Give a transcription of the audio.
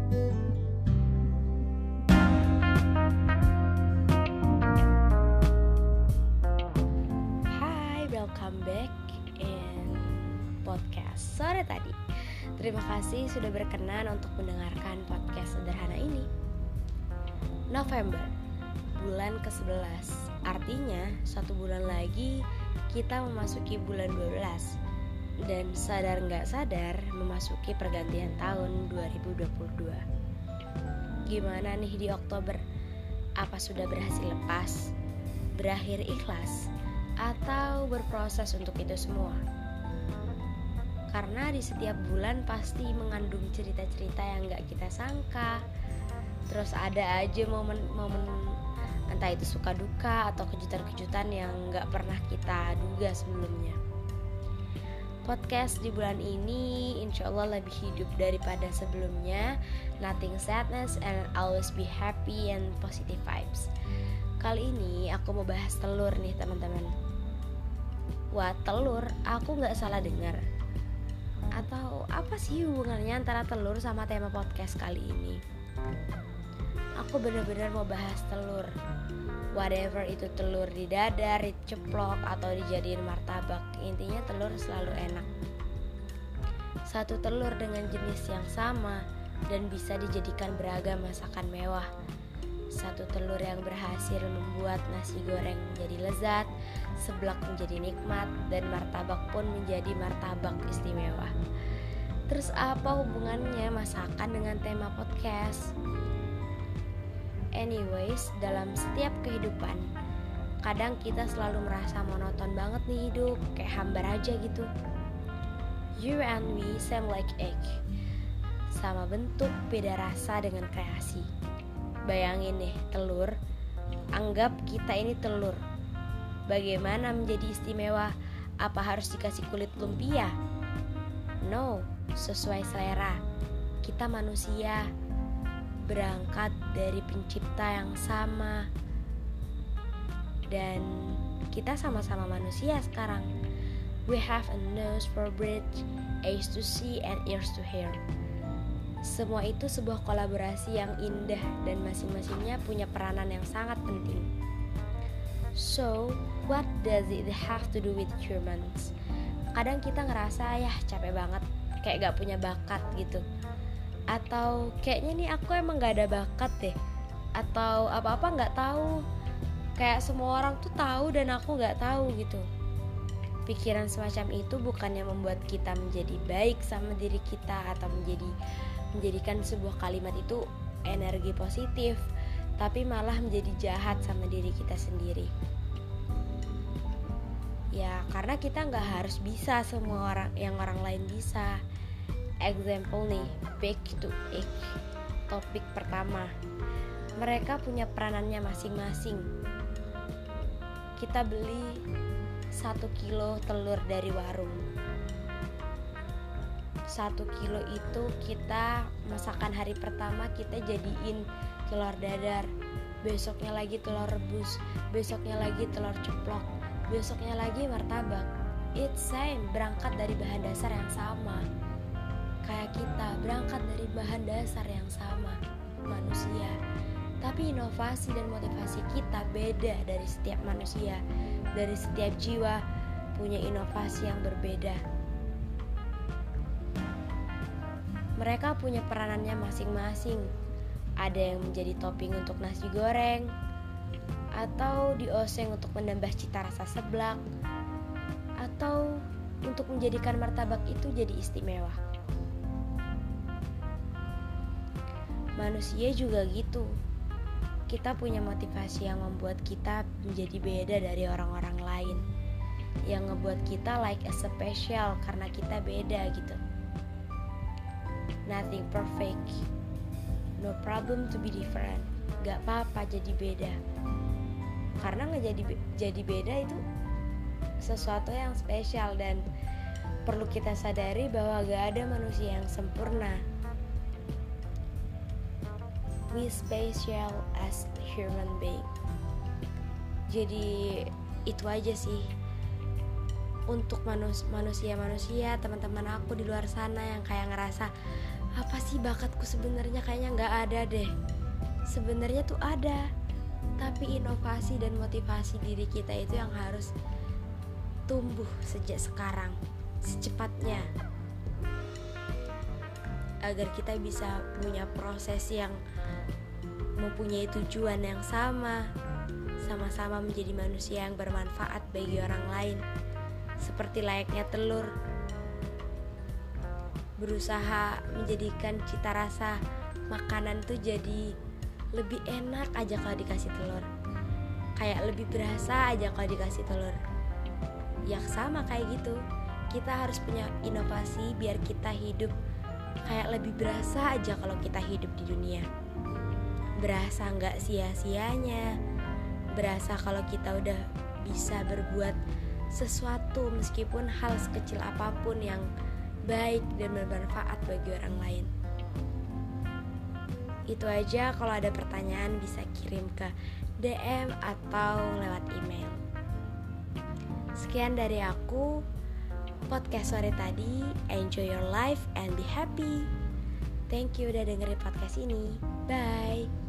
Hi, welcome back in podcast sore tadi. Terima kasih sudah berkenan untuk mendengarkan podcast sederhana ini. November, bulan ke-11. Artinya 1 bulan lagi kita memasuki bulan 12. Dan sadar nggak sadar memasuki pergantian tahun 2022. Gimana nih di Oktober? Apa sudah berhasil lepas, berakhir ikhlas, atau berproses untuk itu semua? Karena di setiap bulan pasti mengandung cerita-cerita yang gak kita sangka. Terus ada aja momen-momen, entah itu suka duka atau kejutan-kejutan yang gak pernah kita duga sebelumnya. Podcast di bulan ini insya Allah lebih hidup daripada sebelumnya. Nothing sadness and always be happy and positive vibes. Kali ini aku mau bahas telur nih teman-teman. Wah, telur, aku gak salah dengar? Atau apa sih hubungannya antara telur sama tema podcast kali ini? Aku benar-benar mau bahas telur. Whatever itu telur di dadar, diceplok, atau dijadiin martabak, intinya telur selalu enak. Satu telur dengan jenis yang sama dan bisa dijadikan beragam masakan mewah. Satu telur yang berhasil membuat nasi goreng menjadi lezat, seblak menjadi nikmat, dan martabak pun menjadi martabak istimewa. Terus apa hubungannya masakan dengan tema podcast? Anyways, dalam setiap kehidupan, kadang kita selalu merasa monoton banget nih hidup, kayak hambar aja gitu. You and me same like egg. Sama bentuk, beda rasa dengan kreasi. Bayangin nih, telur. Anggap kita ini telur. Bagaimana menjadi istimewa? Apa harus dikasih kulit lumpia? No, sesuai selera. Kita manusia, berangkat dari pencipta yang sama. Dan kita sama-sama manusia sekarang. We have a nose for breath, eyes to see, and ears to hear. Semua itu sebuah kolaborasi yang indah dan masing-masingnya punya peranan yang sangat penting. So, what does it have to do with humans? Kadang kita ngerasa ya capek banget, kayak gak punya bakat gitu. Atau kayaknya nih aku emang gak ada bakat deh. Atau apa-apa gak tahu. Kayak semua orang tuh tahu dan aku gak tahu gitu. Pikiran semacam itu bukannya membuat kita menjadi baik sama diri kita atau menjadikan sebuah kalimat itu energi positif, tapi malah menjadi jahat sama diri kita sendiri. Ya karena kita gak harus bisa semua orang lain bisa. Example nih, back to egg. Topik pertama, mereka punya peranannya masing-masing. Kita beli 1 kilo telur dari warung. 1 kilo itu kita masakan hari pertama kita jadiin telur dadar, besoknya lagi telur rebus, besoknya lagi telur ceplok, besoknya lagi martabak. It's same, berangkat dari bahan dasar yang sama. Kayak kita berangkat dari bahan dasar yang sama, manusia. Tapi inovasi dan motivasi kita beda dari setiap manusia. Dari setiap jiwa punya inovasi yang berbeda. Mereka punya peranannya masing-masing. Ada yang menjadi topping untuk nasi goreng, atau dioseng untuk menambah cita rasa seblak, atau untuk menjadikan martabak itu jadi istimewa. Manusia juga gitu. Kita punya motivasi yang membuat kita menjadi beda dari orang-orang lain, yang ngebuat kita like a special karena kita beda gitu. Nothing perfect, no problem to be different. Gak apa-apa jadi beda, karena jadi beda itu sesuatu yang spesial dan perlu kita sadari bahwa gak ada manusia yang sempurna. We special as human being. Jadi itu aja sih untuk manusia-manusia teman-teman aku di luar sana yang kayak ngerasa apa sih bakatku sebenarnya, kayaknya nggak ada deh. Sebenarnya tuh ada, tapi inovasi dan motivasi diri kita itu yang harus tumbuh sejak sekarang, secepatnya, agar kita bisa punya proses yang mempunyai tujuan yang sama-sama menjadi manusia yang bermanfaat bagi orang lain. Seperti layaknya telur, berusaha menjadikan cita rasa makanan tuh jadi lebih enak aja kalau dikasih telur, kayak lebih berasa aja kalau dikasih telur. Ya sama kayak gitu, kita harus punya inovasi biar kita hidup kayak lebih berasa aja kalau kita hidup di dunia. Berasa gak sia-sianya, berasa kalau kita udah bisa berbuat sesuatu meskipun hal sekecil apapun yang baik dan bermanfaat bagi orang lain. Itu aja, kalau ada pertanyaan bisa kirim ke DM atau lewat email. Sekian dari aku, podcast sore tadi. Enjoy your life and be happy. Thank you udah dengerin podcast ini. Bye.